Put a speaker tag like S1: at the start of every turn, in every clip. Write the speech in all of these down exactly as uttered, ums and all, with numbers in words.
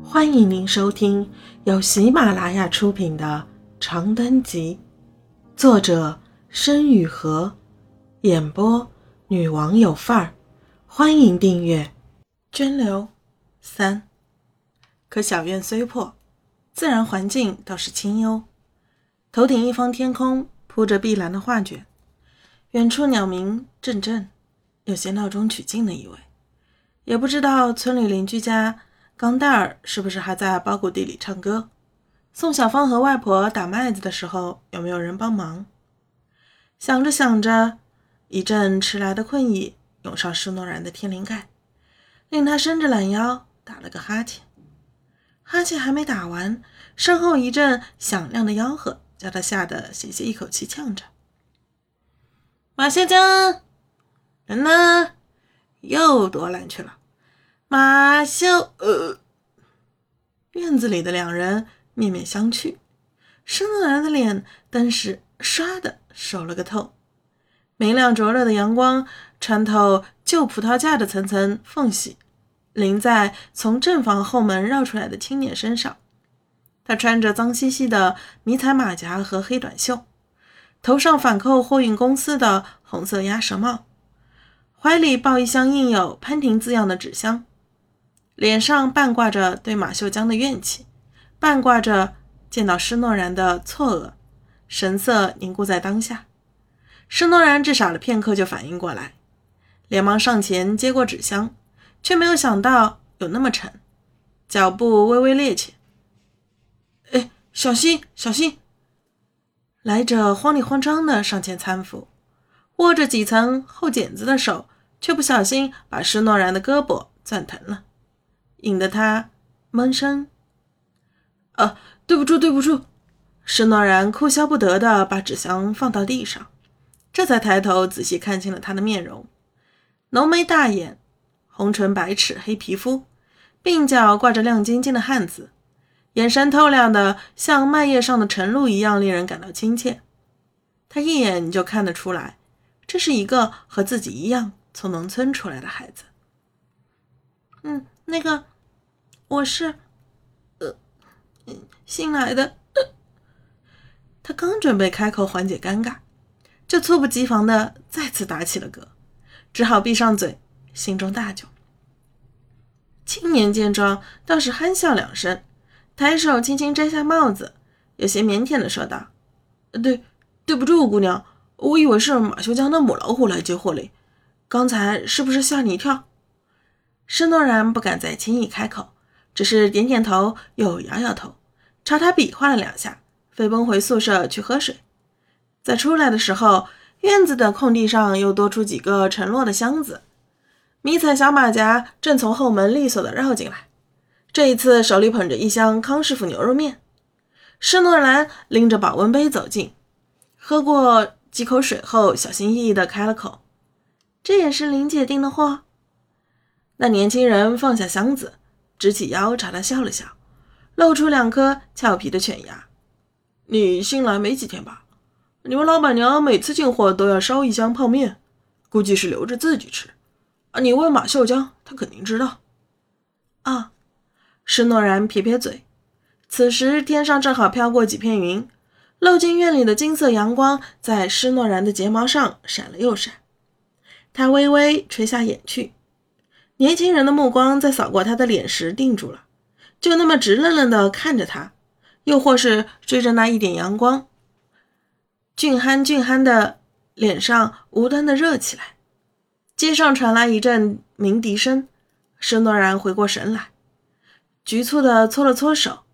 S1: 欢迎您收听由喜马拉雅出品的《长灯集》，作者申雨禾，演播女王有范儿。欢迎订阅。涓流三。可小院虽破，自然环境倒是清幽。头顶一方天空铺着碧蓝的画卷，远处鸟鸣阵阵，有些闹中取静的意味。也不知道村里邻居家钢蛋儿是不是还在包谷地里唱歌，宋小芳和外婆打麦子的时候有没有人帮忙。想着想着，一阵迟来的困意涌上施诺然的天灵盖，令他伸着懒腰打了个哈欠。哈欠还没打完，身后一阵响亮的吆喝叫他吓得斜斜一口气呛着。马秀江，人呢？又躲懒去了。马秀，呃，院子里的两人面面相觑，施诺然的脸登时唰的熟了个透，明亮灼热的阳光穿透旧葡萄架的层层缝隙，淋在从正房后门绕出来的青年身上。他穿着脏兮兮的迷彩马甲和黑短袖，头上反扣货运公司的红色鸭舌帽，怀里抱一箱印有潘婷字样的纸箱，脸上半挂着对马秀江的怨气，半挂着见到施诺然的错愕，神色凝固在当下。施诺然只傻了片刻就反应过来，连忙上前接过纸箱，却没有想到有那么沉，脚步微微趔趄。哎，小心小心！来者慌里慌张地上前搀扶，握着几层厚茧子的手却不小心把施诺然的胳膊攥疼了，引得他闷声啊，对不住对不住。施诺然哭笑不得地把纸箱放到地上，这才抬头仔细看清了他的面容，浓眉大眼，红唇白齿黑皮肤，鬓角挂着亮晶晶的汗紫，眼神透亮的像麦叶上的晨露一样令人感到亲切。他一眼就看得出来，这是一个和自己一样从农村出来的孩子。嗯，那个，我是，呃，新来的。呃、他刚准备开口缓解尴尬，就猝不及防的再次打起了嗝，只好闭上嘴，心中大窘。青年见状倒是憨笑两声，抬手轻轻摘下帽子，有些腼腆的说道：对对不住姑娘，我以为是马修江的母老虎来接货嘞，刚才是不是吓你一跳？施诺然不敢再轻易开口，只是点点头又摇摇头，朝他比划了两下，飞奔回宿舍去喝水。在出来的时候，院子的空地上又多出几个沉落的箱子，迷彩小马甲正从后门利索地绕进来，这一次手里捧着一箱康师傅牛肉面。施诺然拎着保温杯走近，喝过几口水后小心翼翼地开了口：这也是林姐订的货？那年轻人放下箱子，直起腰朝他笑了笑，露出两颗俏皮的犬牙。你新来没几天吧？你们老板娘每次进货都要烧一箱泡面，估计是留着自己吃。啊，你问马秀江，他肯定知道。啊，施诺然撇撇嘴。此时天上正好飘过几片云，漏进院里的金色阳光在施诺然的睫毛上闪了又闪。他微微垂下眼去，年轻人的目光在扫过他的脸时定住了，就那么直愣愣地看着他，又或是追着那一点阳光，俊憨俊憨的脸上无端地热起来。街上传来一阵鸣笛声，施诺然回过神来，局促地搓了搓手。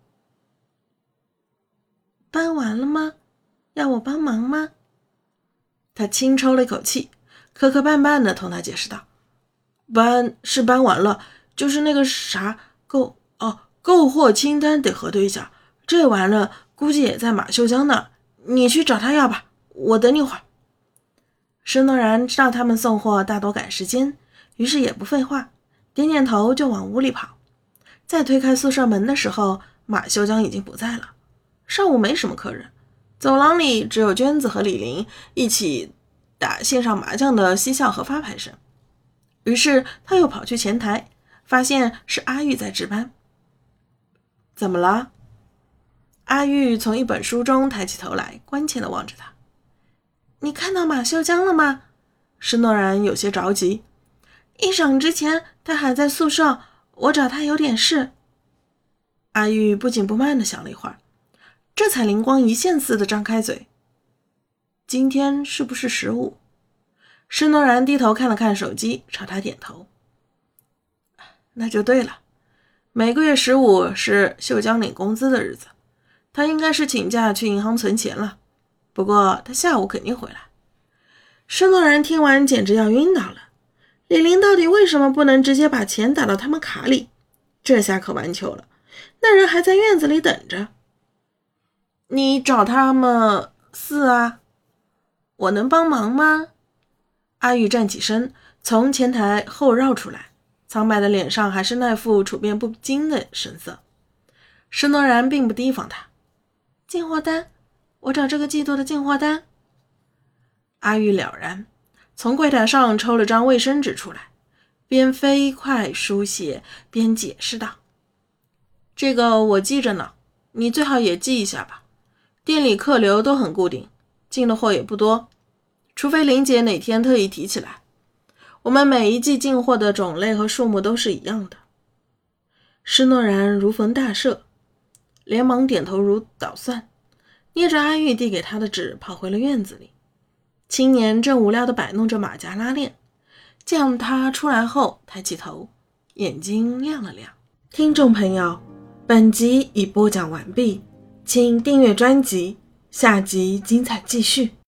S1: 搬完了吗？要我帮忙吗？他轻抽了一口气，磕磕绊绊地同他解释道：搬是搬完了，就是那个啥购哦购货清单得核对一下，这完了估计也在马秀江那儿，你去找他要吧，我等你会儿。施诺然知道他们送货大多赶时间，于是也不废话，点点头就往屋里跑。再推开宿舍门的时候，马秀江已经不在了。上午没什么客人，走廊里只有娟子和李玲一起打线上麻将的嬉笑和发牌声。于是他又跑去前台，发现是阿玉在值班。 怎么了？阿玉从一本书中抬起头来，关切地望着他。你看到马秀江了吗？施诺然有些着急。一晌之前他还在宿舍，我找他有点事。阿玉不紧不慢地想了一会儿，这才灵光一现似的张开嘴。今天是不是十五？施诺然低头看了看手机，朝他点头。那就对了，每个月十五是秀江领工资的日子，他应该是请假去银行存钱了，不过他下午肯定回来。施诺然听完简直要晕倒了，李玲到底为什么不能直接把钱打到他们卡里？这下可完球了，那人还在院子里等着。你找他们是啊？我能帮忙吗？阿玉站起身，从前台后绕出来，苍白的脸上还是那副处变不惊的神色。施诺然并不提防他。进货单，我找这个季度的进货单。阿玉了然，从柜台上抽了张卫生纸出来，边飞快书写边解释道：这个我记着呢，你最好也记一下吧。店里客流都很固定，进的货也不多，除非林姐哪天特意提起来。我们每一季进货的种类和数目都是一样的。施诺然如逢大赦，连忙点头如捣蒜，捏着阿玉递给他的纸跑回了院子里。青年正无聊地摆弄着马甲拉链，见他出来后抬起头，眼睛亮了亮。听众朋友，本集已播讲完毕，请订阅专辑，下集精彩继续。